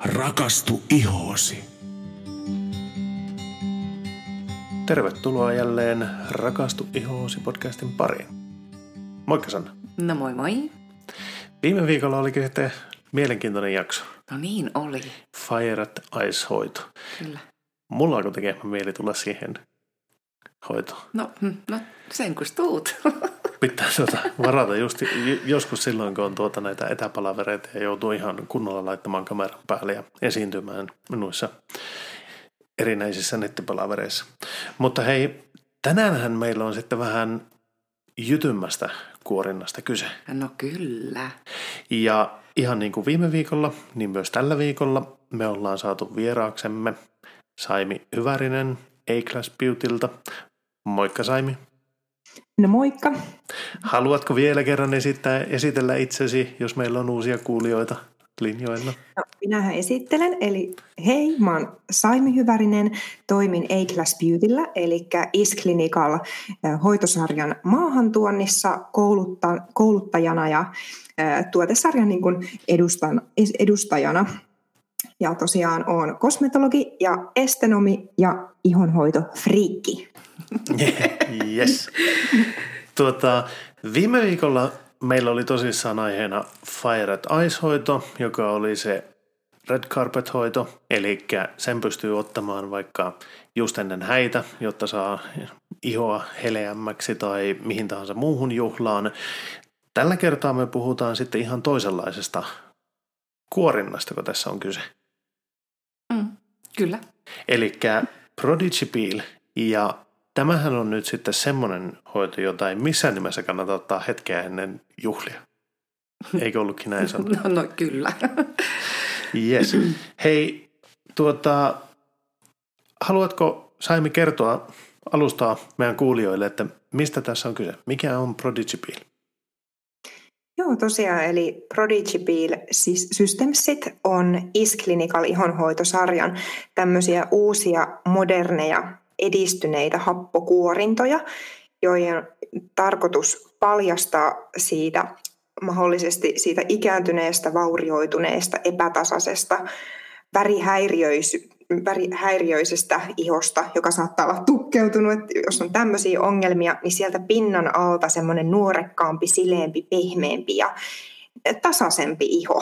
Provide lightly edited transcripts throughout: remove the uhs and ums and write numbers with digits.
Rakastu ihoosi. Tervetuloa jälleen Rakastu ihoosi podcastin pariin. Moikka Sanna. No moi moi. Viime viikolla olikin sitten mielenkiintoinen jakso. No niin oli. Fire at Ice-hoito. Kyllä. Mulla alkoi tekemään mieli tulla siihen hoitoon. No sen kun tuut. Pitää varata just joskus silloin, kun on näitä etäpalavereita ja joutuu ihan kunnolla laittamaan kameran päälle ja esiintymään noissa erinäisissä nettipalavereissa. Mutta hei, tänäänhän meillä on sitten vähän jytymmästä kuorinnasta kyse. No kyllä. Ja ihan niin kuin viime viikolla, niin myös tällä viikolla me ollaan saatu vieraaksemme Saimi Hyvärinen A-Class Beautyltä. Moikka Saimi. No moikka. Haluatko vielä kerran esitellä itsesi, jos meillä on uusia kuulijoita linjoilla? No, minähän esittelen, eli hei, mä oon Saimi Hyvärinen, toimin A-Class Beautyllä, eli Is-Clinical hoitosarjan maahantuonnissa kouluttajana ja tuotesarjan niin kuin edustajana. Ja tosiaan oon kosmetologi ja estenomi ja ihonhoitofriikki. Yes. Viime viikolla meillä oli tosissaan aiheena Fire at Ice-hoito, joka oli se red carpet-hoito, eli sen pystyy ottamaan vaikka just ennen häitä, jotta saa ihoa heleämmäksi tai mihin tahansa muuhun juhlaan. Tällä kertaa me puhutaan sitten ihan toisenlaisesta kuorinnasta, kun tässä on kyse. Kyllä. Eli Prodigy Peel, ja tämähän on nyt sitten semmoinen hoito, jota ei missään nimessä kannata ottaa hetkeä ennen juhlia. Eikö ollutkin näin sanottu? No kyllä. Yes. Hei, haluatko Saimi kertoa alustaa meidän kuulijoille, että mistä tässä on kyse? Mikä on Prodigy Peel? Joo, tosiaan, eli Prodigy Peel Systemsit on Is-Clinical ihonhoitosarjan tämmöisiä uusia, moderneja, edistyneitä happokuorintoja, joiden tarkoitus paljastaa mahdollisesti siitä ikääntyneestä, vaurioituneesta, epätasaisesta, värihäiriöisestä ihosta, joka saattaa olla tukkeutunut. Että jos on tämmöisiä ongelmia, niin sieltä pinnan alta semmoinen nuorekkaampi, sileempi, pehmeämpi ja tasaisempi iho.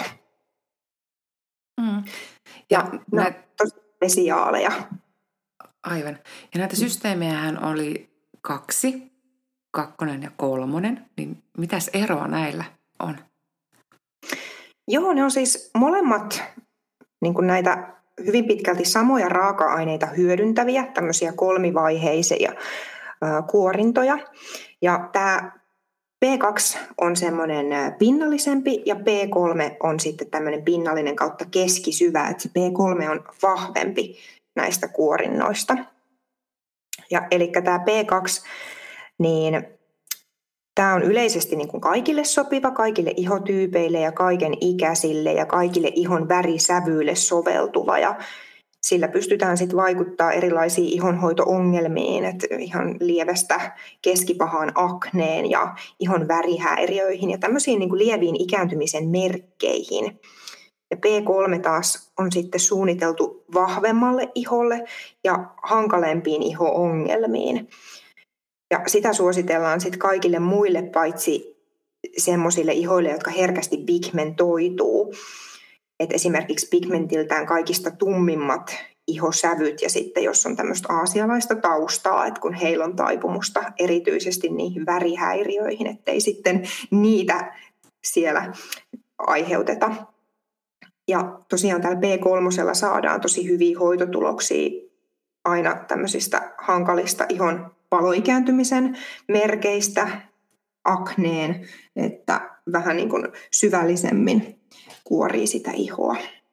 Ja tosi spesiaaleja. Aivan. Ja näitä systeemejähän oli 2, 2 ja 3. Niin mitäs eroa näillä on? Joo, ne on siis molemmat niin kuin näitä hyvin pitkälti samoja raaka-aineita hyödyntäviä, tämmöisiä kolmivaiheisia kuorintoja. Ja tämä P2 on semmoinen pinnallisempi ja P3 on sitten tämmöinen pinnallinen kautta keskisyvä, että se P3 on vahvempi näistä kuorinnoista. Ja eli tämä P2, niin tämä on yleisesti niin kuin kaikille sopiva, kaikille ihotyypeille ja kaiken ikäisille ja kaikille ihon värisävyille soveltuva. Ja sillä pystytään sitten vaikuttaa erilaisiin ihonhoito-ongelmiin, että ihan lievästä keskipahaan akneen ja ihon värihäiriöihin ja tämmöisiin niin kuin lieviin ikääntymisen merkkeihin. Ja P3 taas on sitten suunniteltu vahvemmalle iholle ja hankalempiin iho-ongelmiin. Ja sitä suositellaan sitten kaikille muille paitsi semmoisille ihoille, jotka herkästi pigmentoituu. Et esimerkiksi pigmentiltään kaikista tummimmat ihosävyt ja sitten jos on tämmöistä aasialaista taustaa, että kun heillä on taipumusta erityisesti niihin värihäiriöihin, ettei sitten niitä siellä aiheuteta. Ja tosiaan tällä B3 saadaan tosi hyviä hoitotuloksia aina tämmöisistä hankalista ihon paloikääntymisen merkeistä akneen, että vähän niin kuin syvällisemmin kuorii sitä ihoa.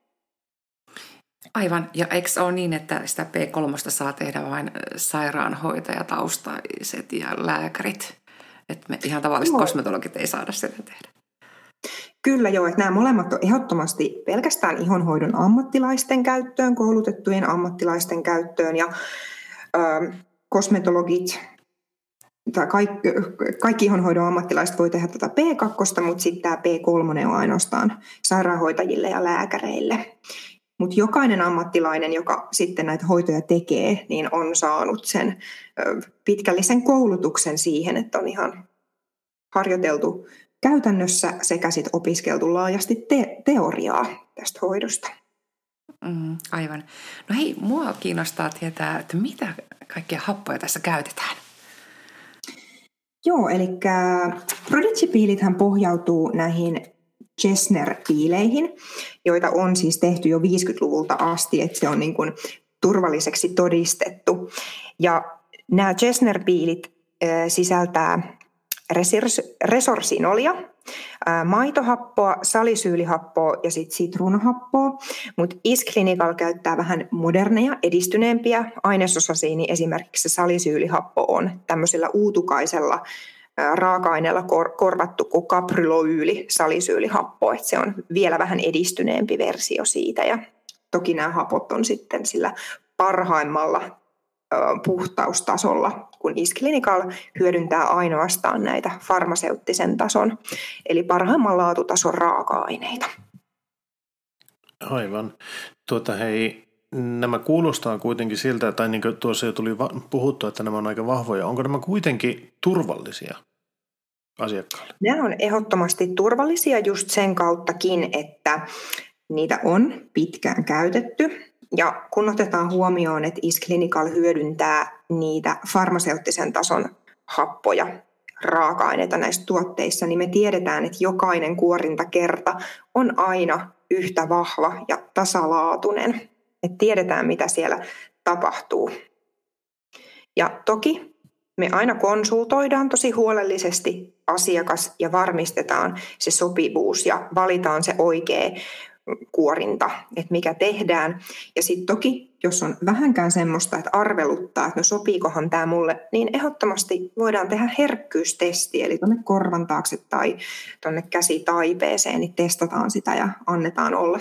Aivan. Ja eikö ole niin, että sitä P3 saa tehdä vain sairaanhoitajataustaiset ja lääkärit? Että me ihan tavalliset kosmetologit ei saada sitä tehdä. Kyllä joo, että nämä molemmat on ehdottomasti pelkästään ihonhoidon ammattilaisten käyttöön, koulutettujen ammattilaisten käyttöön ja kosmetologit tai kaikki ihonhoidon ammattilaiset voi tehdä tätä P2, mutta sitten tämä P3 on ainoastaan sairaanhoitajille ja lääkäreille. Mutta jokainen ammattilainen, joka sitten näitä hoitoja tekee, niin on saanut sen pitkällisen koulutuksen siihen, että on ihan harjoiteltu käytännössä sekä sit opiskeltu laajasti teoriaa tästä hoidosta. Aivan. No hei, mua kiinnostaa tietää, että mitä kaikkia happoja tässä käytetään. Joo, eli Prodigy-piilithän pohjautuu näihin Jessner-piileihin, joita on siis tehty jo 50-luvulta asti, että se on niin kuin turvalliseksi todistettu. Ja nämä Jessner-piilit sisältää resorsinolia, maitohappoa, salisyylihappoa ja sitten sitruunahappoa, mutta Is-Clinical käyttää vähän moderneja, edistyneempiä ainesosasia, niin esimerkiksi se salisyylihappo on tämmöisellä uutukaisella raaka-aineella korvattu kuin kaprylolyyli salisyylihappo, että se on vielä vähän edistyneempi versio siitä ja toki nämä hapot on sitten sillä parhaimmalla puhtaustasolla, kun Is-Clinical hyödyntää ainoastaan näitä farmaseuttisen tason, eli parhaimman laatutason raaka-aineita. Aivan. Hei, nämä kuulostaa kuitenkin siltä, tai niin kuin tuossa jo tuli puhuttu, että nämä on aika vahvoja. Onko nämä kuitenkin turvallisia asiakkaille? Nämä on ehdottomasti turvallisia just sen kauttakin, että niitä on pitkään käytetty. Ja kun otetaan huomioon, että Is-Clinical hyödyntää niitä farmaseuttisen tason happoja, raaka-aineita näissä tuotteissa, niin me tiedetään, että jokainen kuorintakerta on aina yhtä vahva ja tasalaatuinen. Että tiedetään, mitä siellä tapahtuu. Ja toki me aina konsultoidaan tosi huolellisesti asiakas ja varmistetaan se sopivuus ja valitaan se oikea kuorinta, että mikä tehdään. Ja sitten toki, jos on vähänkään semmoista, että arveluttaa, että no sopiikohan tämä mulle, niin ehdottomasti voidaan tehdä herkkyystesti, eli tuonne korvan taakse tai tuonne käsitaipeeseen, niin testataan sitä ja annetaan olla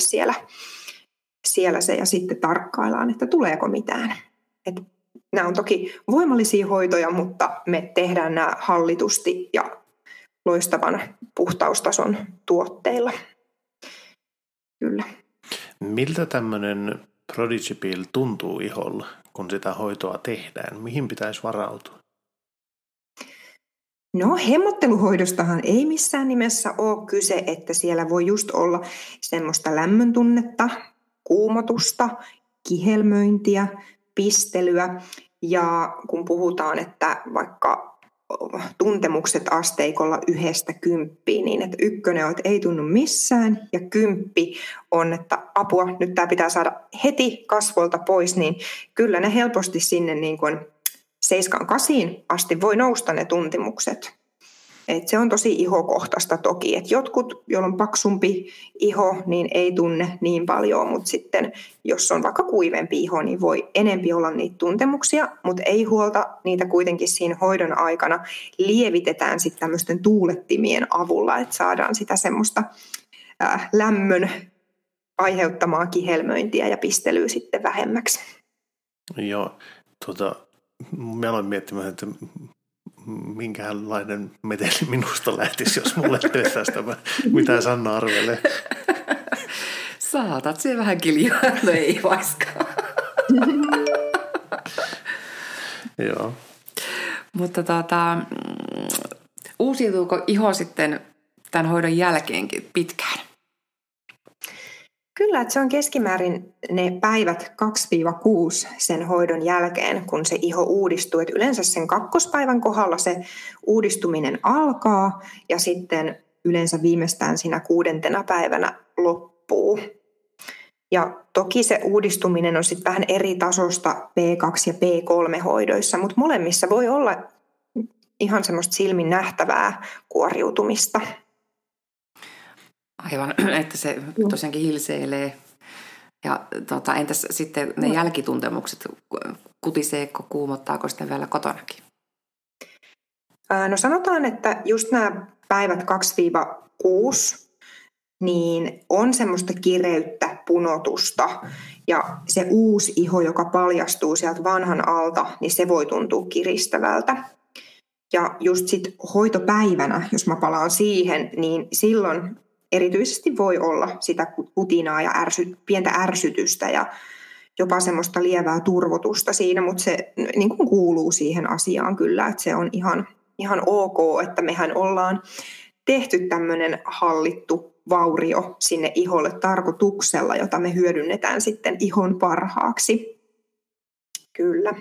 siellä se ja sitten tarkkaillaan, että tuleeko mitään. Et nämä on toki voimallisia hoitoja, mutta me tehdään nämä hallitusti ja loistavan puhtaustason tuotteilla. Kyllä. Miltä tämmöinen Prodigy Peel tuntuu iholla, kun sitä hoitoa tehdään? Mihin pitäisi varautua? No hemmotteluhoidostahan ei missään nimessä ole kyse, että siellä voi just olla semmoista lämmön tunnetta, kuumotusta, kihelmöintiä, pistelyä ja kun puhutaan, että vaikka tuntemukset asteikolla 1–10, niin että 1 on, että ei tunnu missään ja 10 on, että apua, nyt tämä pitää saada heti kasvoilta pois, niin kyllä ne helposti sinne niin kuin 7–8 asti voi nousta ne tuntemukset. Et se on tosi ihokohtaista toki, että jotkut, joilla on paksumpi iho, niin ei tunne niin paljon, mutta sitten jos on vaikka kuivempi iho, niin voi enempi olla niitä tuntemuksia, mutta ei huolta, niitä kuitenkin siinä hoidon aikana lievitetään sitten tämmöisten tuulettimien avulla, että saadaan sitä semmoista lämmön aiheuttamaa kihelmöintiä ja pistelyä sitten vähemmäksi. Joo, mä aloin miettimään, että minkälainen meteli minusta lähtisi, jos mulle tehtäisiin tästä, mitä Sanna arvelee. Saatat se vähän kiljua, no ei vaiskaan. Joo. Mutta uusiutuuko iho sitten tämän hoidon jälkeenkin pitkään? Kyllä, että se on keskimäärin ne päivät 2–6 sen hoidon jälkeen, kun se iho uudistuu. Että yleensä sen 2. päivän kohdalla se uudistuminen alkaa ja sitten yleensä viimeistään siinä 6. päivänä loppuu. Ja toki se uudistuminen on sitten vähän eri tasosta P2- ja P3-hoidoissa, mutta molemmissa voi olla ihan semmoista silmin nähtävää kuoriutumista. Aivan, että se tosiaankin hilseilee. Ja entäs sitten ne jälkituntemukset, kutiseeko, kuumottaako sitä vielä kotonakin? No sanotaan, että just nämä päivät 2–6, niin on semmoista kireyttä, punotusta. Ja se uusi iho, joka paljastuu sieltä vanhan alta, niin se voi tuntua kiristävältä. Ja just sitten hoitopäivänä, jos mä palaan siihen, niin silloin erityisesti voi olla sitä kutinaa ja pientä ärsytystä ja jopa semmoista lievää turvotusta siinä, mutta se niin kuin kuuluu siihen asiaan kyllä, että se on ihan ok, että mehän ollaan tehty tämmöinen hallittu vaurio sinne iholle tarkoituksella, jota me hyödynnetään sitten ihon parhaaksi. Kyllä.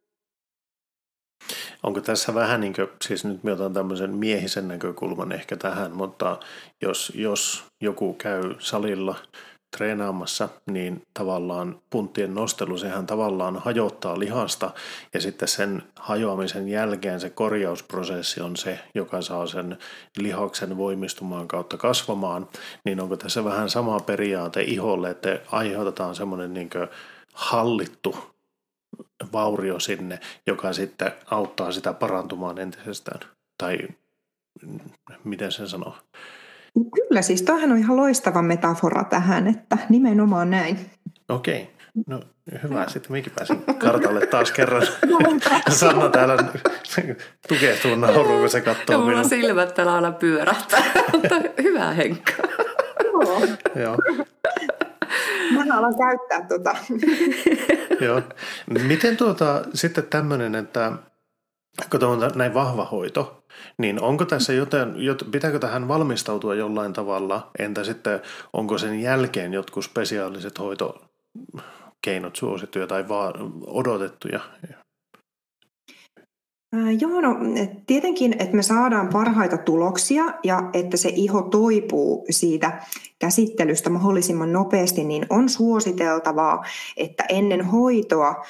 Onko tässä vähän niin kuin, siis nyt me otan tämmöisen miehisen näkökulman ehkä tähän, mutta jos joku käy salilla treenaamassa, niin tavallaan punttien nostelu, sehän tavallaan hajottaa lihasta ja sitten sen hajoamisen jälkeen se korjausprosessi on se, joka saa sen lihaksen voimistumaan kautta kasvamaan, niin onko tässä vähän sama periaate iholle, että aiheutetaan semmoinen niin kuin hallittu vaurio sinne, joka sitten auttaa sitä parantumaan entisestään, tai miten sen sanoo? Kyllä, siis toihan on ihan loistava metafora tähän, että nimenomaan näin. Okei, no hyvä. Sitten minäkin pääsin kartalle taas kerran. Sanna täällä tukehtuu nauruun, kun se katsoo minua. Mulla silmät täällä aina pyörähtää, mutta hyvä Henkka. Joo. Mä alan käyttää tota. Joo. Miten sitten tämmöinen, että kun on näin vahva hoito, niin onko tässä pitääkö tähän valmistautua jollain tavalla? Entä sitten onko sen jälkeen jotkut spesiaaliset hoitokeinot suosittuja tai vaan odotettuja? Joo, no tietenkin, että me saadaan parhaita tuloksia ja että se iho toipuu siitä käsittelystä mahdollisimman nopeasti, niin on suositeltavaa, että ennen hoitoa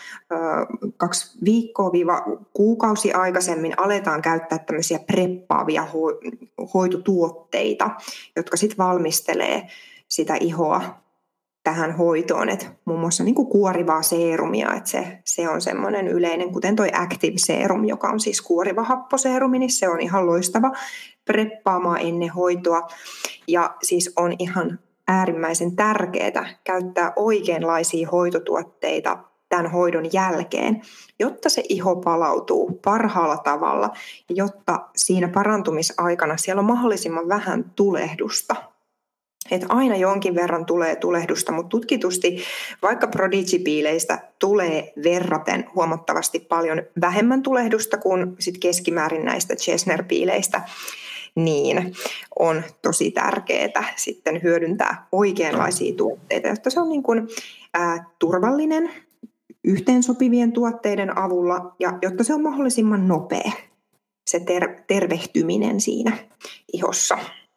2 viikkoa-kuukausi aikaisemmin aletaan käyttää tämmöisiä preppaavia hoitotuotteita, jotka sitten valmistelee sitä ihoa tähän hoitoon, että muun muassa niin kuin kuorivaa seerumia, että se on semmoinen yleinen, kuten toi Active Serum, joka on siis kuoriva happoseerumi, niin se on ihan loistava preppaamaan ennen hoitoa. Ja siis on ihan äärimmäisen tärkeää käyttää oikeanlaisia hoitotuotteita tämän hoidon jälkeen, jotta se iho palautuu parhaalla tavalla ja jotta siinä parantumisaikana siellä on mahdollisimman vähän tulehdusta. Että aina jonkin verran tulee tulehdusta, mutta tutkitusti vaikka Prodigy-piileistä tulee verraten huomattavasti paljon vähemmän tulehdusta kuin sit keskimäärin näistä Chesner-piileistä, niin on tosi tärkeää sitten hyödyntää oikeanlaisia tuotteita, jotta se on niin kuin, turvallinen yhteensopivien tuotteiden avulla ja jotta se on mahdollisimman nopea se tervehtyminen siinä ihossa.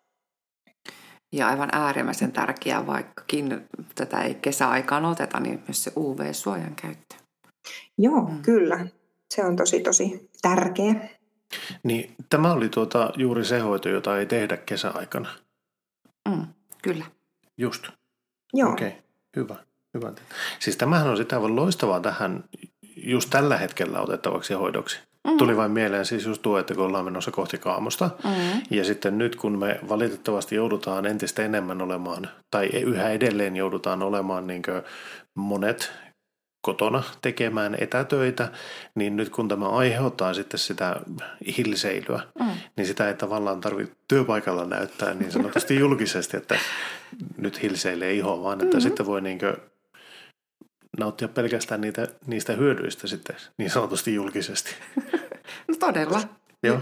Ja aivan äärimmäisen tärkeää, vaikkakin tätä ei kesäaikaan oteta, niin myös se UV-suojan käyttö. Joo, kyllä. Se on tosi tärkeä. Niin, tämä oli juuri se hoito, jota ei tehdä kesäaikana. Kyllä. Just. Joo. Okei, hyvä. Siis tämähän on sitä aivan loistavaa tähän just tällä hetkellä otettavaksi hoidoksi. Tuli vain mieleen siis just tuo, että kun ollaan menossa kohti kaamosta. Ja sitten nyt kun me valitettavasti joudutaan entistä enemmän olemaan, tai yhä edelleen joudutaan olemaan niin kuin monet kotona tekemään etätöitä, niin nyt kun tämä aiheuttaa sitten sitä hilseilyä, niin sitä ei tavallaan tarvitse työpaikalla näyttää niin sanotusti julkisesti, että nyt hilseilee iho, vaan että sitten voi niin kuin nauttia pelkästään niistä hyödyistä sitten niin sanotusti julkisesti. No todella. Joo.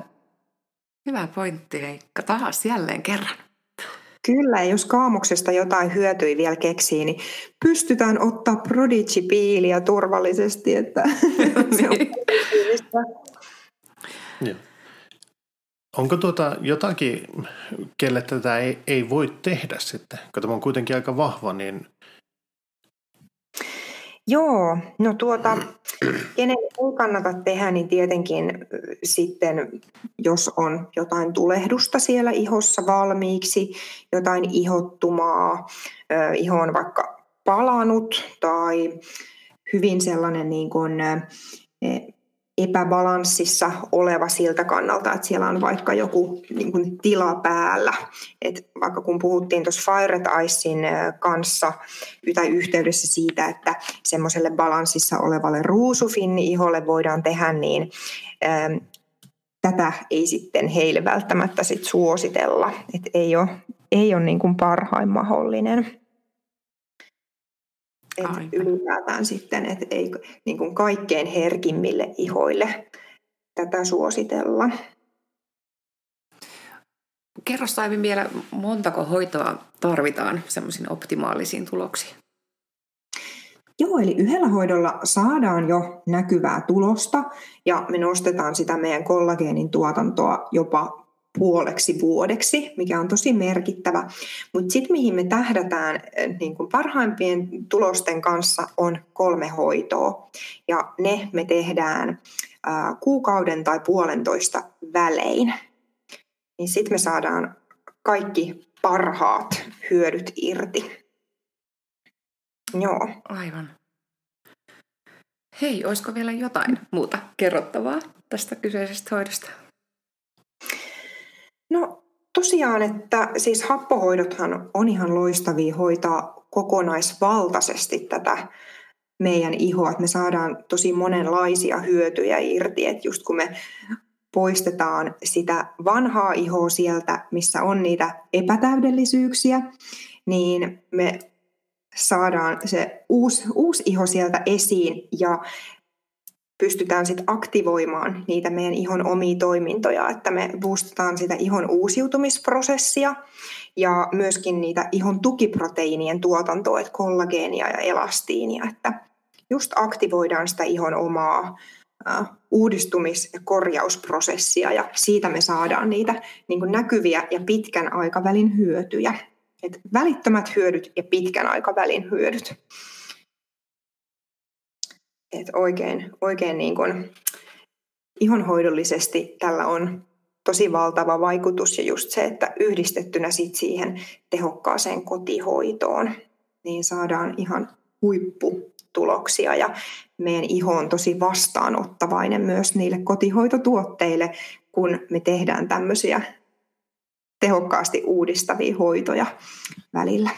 Hyvä pointti, Heikka. Taas jälleen kerran. Kyllä, ja jos kaamuksesta jotain hyötyä vielä keksii, niin pystytään ottaa Prodigy-piiliä turvallisesti, että se on positiivista. Joo. Onko jotakin, kelle tätä ei voi tehdä sitten, kun tämä on kuitenkin aika vahva, niin... Joo, no kenen ei kannata tehdä, niin tietenkin sitten, jos on jotain tulehdusta siellä ihossa valmiiksi, jotain ihottumaa, iho on vaikka palanut tai hyvin sellainen niin kuin epäbalanssissa oleva siltä kannalta, että siellä on vaikka joku niin kuin tila päällä. Et vaikka kun puhuttiin tuossa Fire Red Eyesin kanssa tai yhteydessä siitä, että semmoiselle balanssissa olevalle ruusufinni-iholle voidaan tehdä, niin tätä ei sitten heille välttämättä sit suositella. Et ei ole ei ole niin kuin parhain mahdollinen. Ylipäätään sitten, että ei niin kuin kaikkein herkimmille ihoille tätä suositella. Kerro Saivi vielä, montako hoitoa tarvitaan semmoisiin optimaalisiin tuloksiin? Joo, eli yhdellä hoidolla saadaan jo näkyvää tulosta ja me nostetaan sitä meidän kollageenin tuotantoa jopa puoleksi vuodeksi, mikä on tosi merkittävä. Mutta sitten mihin me tähdätään niin kun parhaimpien tulosten kanssa on 3 hoitoa. Ja ne me tehdään kuukauden tai 1,5 välein. Niin sitten me saadaan kaikki parhaat hyödyt irti. Joo. Aivan. Hei, olisiko vielä jotain muuta kerrottavaa tästä kyseisestä hoidosta? No tosiaan, että siis happohoidothan on ihan loistavia hoitaa kokonaisvaltaisesti tätä meidän ihoa. Että me saadaan tosi monenlaisia hyötyjä irti, että just kun me poistetaan sitä vanhaa ihoa sieltä, missä on niitä epätäydellisyyksiä, niin me saadaan se uusi iho sieltä esiin ja pystytään sitten aktivoimaan niitä meidän ihon omia toimintoja, että me boostataan sitä ihon uusiutumisprosessia ja myöskin niitä ihon tukiproteiinien tuotantoa, että kollageenia ja elastiinia, että just aktivoidaan sitä ihon omaa uudistumis- ja korjausprosessia ja siitä me saadaan niitä niin kuin näkyviä ja pitkän aikavälin hyötyjä. Et välittömät hyödyt ja pitkän aikavälin hyödyt. Et oikein niin kuin ihonhoidollisesti tällä on tosi valtava vaikutus ja just se, että yhdistettynä sit siihen tehokkaaseen kotihoitoon, niin saadaan ihan huipputuloksia ja meidän iho on tosi vastaanottavainen myös niille kotihoitotuotteille, kun me tehdään tämmöisiä tehokkaasti uudistavia hoitoja välillä.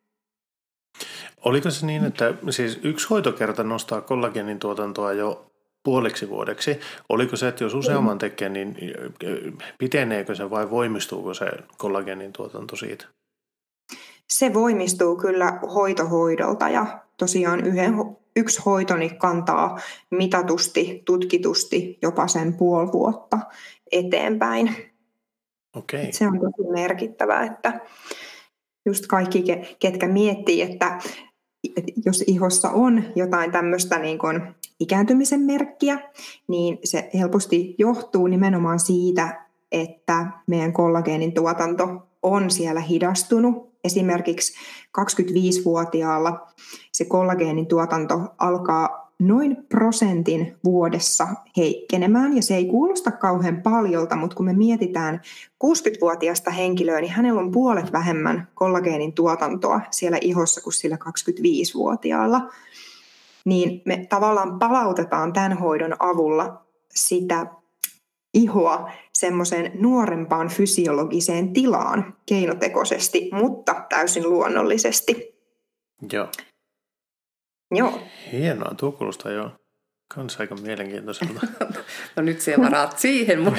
Oliko se niin, että siis yksi hoitokerta nostaa kollageenin tuotantoa jo puoleksi vuodeksi? Oliko se, että jos useamman tekee, niin piteneekö se vai voimistuuko se kollageenin tuotanto siitä? Se voimistuu kyllä hoitohoidolta ja tosiaan yksi hoitoni kantaa mitatusti, tutkitusti jopa sen 0,5 vuotta eteenpäin. Okay. Se on tosi merkittävää, että just kaikki, ketkä miettii, että jos ihossa on jotain tämmöistä niin kuin ikääntymisen merkkiä, niin se helposti johtuu nimenomaan siitä, että meidän kollageenin tuotanto on siellä hidastunut. Esimerkiksi 25-vuotiaalla se kollageenin tuotanto alkaa noin 1% vuodessa heikkenemään, ja se ei kuulosta kauhean paljolta, mutta kun me mietitään 60-vuotiaasta henkilöä, niin hänellä on puolet vähemmän kollageenin tuotantoa siellä ihossa kuin sillä 25-vuotiaalla. Niin me tavallaan palautetaan tämän hoidon avulla sitä ihoa semmoiseen nuorempaan fysiologiseen tilaan keinotekoisesti, mutta täysin luonnollisesti. Joo. Joo. Hienoa, tuo kuulostaa jo kans aika mielenkiintoiselta. No nyt se varaat siihen mulle.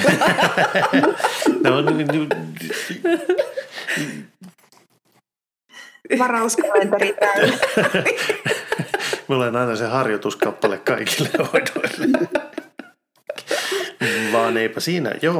Varauskalenteri täynnä. Mulla on aina se harjoituskappale kaikille hoidoille. Vaan eipä siinä, joo.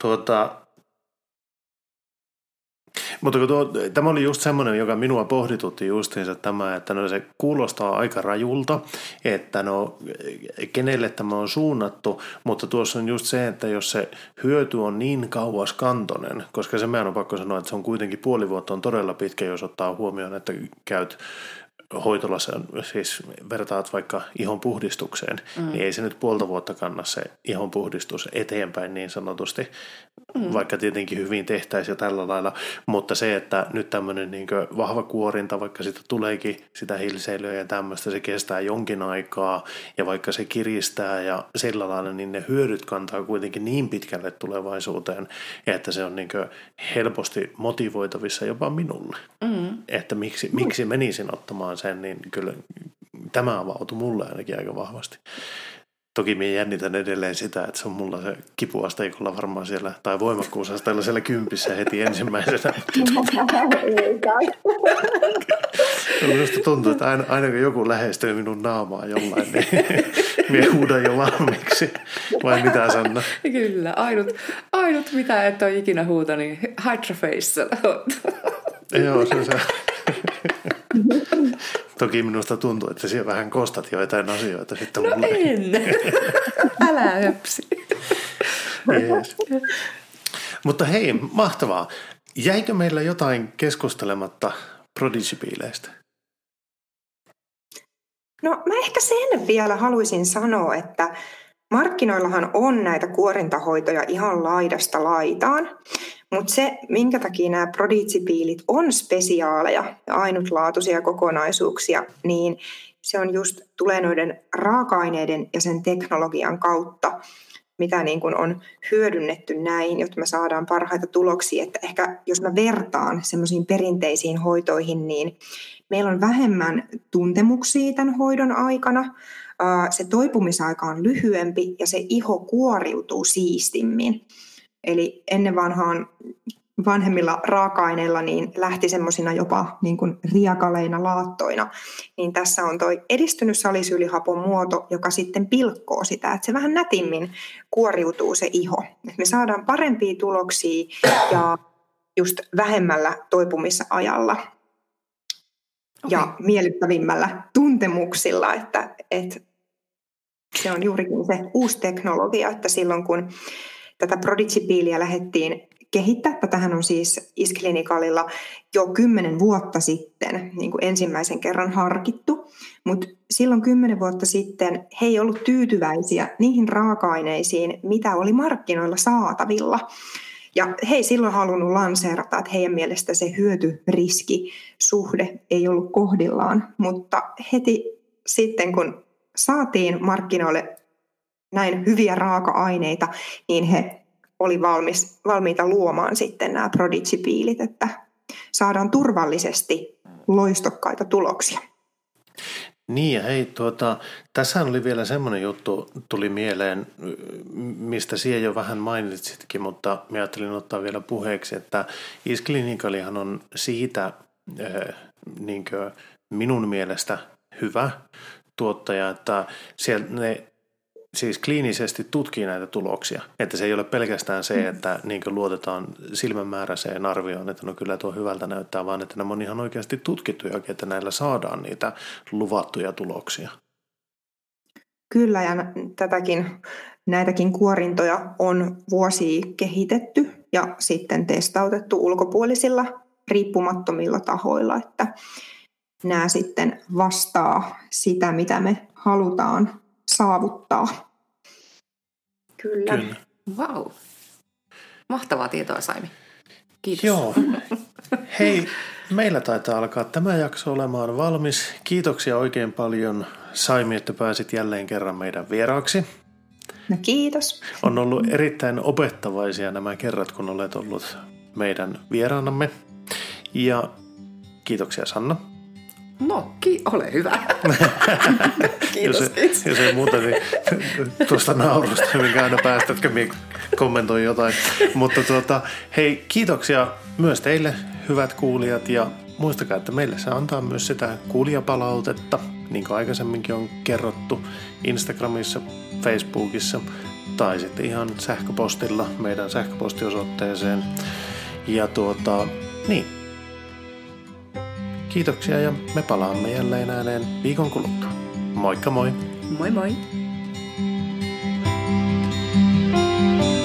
Mutta tämä oli just semmoinen, joka minua pohditutti justiinsa tämä, että no se kuulostaa aika rajulta, että no kenelle tämä on suunnattu, mutta tuossa on just se, että jos se hyöty on niin kauaskantoinen, koska se meidän on pakko sanoa, että se on kuitenkin 0,5 vuotta on todella pitkä, jos ottaa huomioon, että käyt hoitolassa, siis vertaat vaikka ihon puhdistukseen, niin ei se nyt 0,5 vuotta kanna se ihon puhdistus eteenpäin niin sanotusti, vaikka tietenkin hyvin tehtäisiin ja tällä lailla, mutta se, että nyt tämmöinen niin kuin vahva kuorinta, vaikka siitä tuleekin sitä hilseilyä ja tämmöistä, se kestää jonkin aikaa ja vaikka se kiristää ja sillä lailla, niin ne hyödyt kantaa kuitenkin niin pitkälle tulevaisuuteen, että se on niin kuin helposti motivoitavissa jopa minulle, että miksi menisin ottamaan sen, niin kyllä tämä avautui mulle ainakin aika vahvasti. Toki minä jännitän edelleen sitä, että se on mulla se kipuasteikolla varmaan siellä, tai voimakkuusasteella siellä 10 heti ensimmäisenä. Minusta tuntuu, että aina kun joku lähestyy minun naamaa jollain, niin minä huudan jo valmiiksi. Vai mitä, Sanna? Kyllä, ainut mitä et ole ikinä huuta, niin Hydraface. Joo, se. Toki minusta tuntuu, että siellä vähän kostat joitain asioita. Sitten no mulle. En. Älä höpsi. Yes. Mutta hei, mahtavaa. Jäikö meillä jotain keskustelematta Prodigy-piileistä? No mä ehkä sen vielä haluaisin sanoa, että markkinoillahan on näitä kuorintahoitoja ihan laidasta laitaan, mutta se, minkä takia nämä Prodigy-piilit on spesiaaleja ja ainutlaatuisia kokonaisuuksia, niin se on just tulee noiden raaka-aineiden ja sen teknologian kautta, mitä niin kuin on hyödynnetty näin, jotta me saadaan parhaita tuloksia. Että ehkä jos mä vertaan semmoisiin perinteisiin hoitoihin, niin meillä on vähemmän tuntemuksia tämän hoidon aikana. Se toipumisaika on lyhyempi ja se iho kuoriutuu siistimmin. Eli ennen vanhemmilla raaka-aineilla niin lähti semmoisina jopa niin kuin riakaleina laattoina. Niin tässä on toi edistynyt salisyylihapon muoto, joka sitten pilkkoo sitä, että se vähän nätimmin kuoriutuu se iho. Et me saadaan parempia tuloksia ja just vähemmällä toipumisajalla. Ja miellyttävimmällä tuntemuksilla, että se on juurikin se uusi teknologia, että silloin kun tätä Prodigy-piiliä lähdettiin kehittää, tätähän on siis Isklinikallilla jo 10 vuotta sitten niin kuin ensimmäisen kerran harkittu, mutta silloin 10 vuotta sitten he ei ollut tyytyväisiä niihin raaka-aineisiin, mitä oli markkinoilla saatavilla. Ja he ei silloin halunnut lanseerata, että heidän mielestä se hyöty-riski-suhde ei ollut kohdillaan. Mutta heti sitten, kun saatiin markkinoille näin hyviä raaka-aineita, niin he oli valmiita luomaan sitten nämä Prodigy-piilit, että saadaan turvallisesti loistokkaita tuloksia. Niin ja hei, tässä oli vielä semmoinen juttu, tuli mieleen, mistä siellä jo vähän mainitsitkin, mutta mä ajattelin ottaa vielä puheeksi, että Isklinikalihan on siitä niinkö minun mielestä hyvä tuottaja, että siellä ne siis kliinisesti tutkii näitä tuloksia, että se ei ole pelkästään se, että niinkö luotetaan silmänmääräiseen arvioon, että no kyllä tuo hyvältä näyttää, vaan että nämä on ihan oikeasti tutkittujakin, että näillä saadaan niitä luvattuja tuloksia. Kyllä, ja näitäkin kuorintoja on vuosia kehitetty ja sitten testautettu ulkopuolisilla riippumattomilla tahoilla, että nämä sitten vastaa sitä, mitä me halutaan saavuttaa. Kyllä. Vau. Wow. Mahtavaa tietoa, Saimi. Kiitos. Joo. Hei, meillä taitaa alkaa tämä jakso olemaan valmis. Kiitoksia oikein paljon, Saimi, että pääsit jälleen kerran meidän vieraaksi. No kiitos. On ollut erittäin opettavaisia nämä kerrat, kun olet ollut meidän vieraanamme. Ja kiitoksia, Sanna. No, ole hyvä. Kiitos. Jos ei muuta, niin tuosta naurusta, minkä aina päästätkö, minä kommentoin jotain. Mutta hei, kiitoksia myös teille, hyvät kuulijat, ja muistakaa, että meille se antaa myös sitä kuulijapalautetta, niin kuin aikaisemminkin on kerrottu Instagramissa, Facebookissa tai sitten ihan sähköpostilla meidän sähköpostiosoitteeseen. Ja niin. Kiitoksia ja me palaamme jälleen ääneen viikon kuluttua. Moikka moi! Moi moi!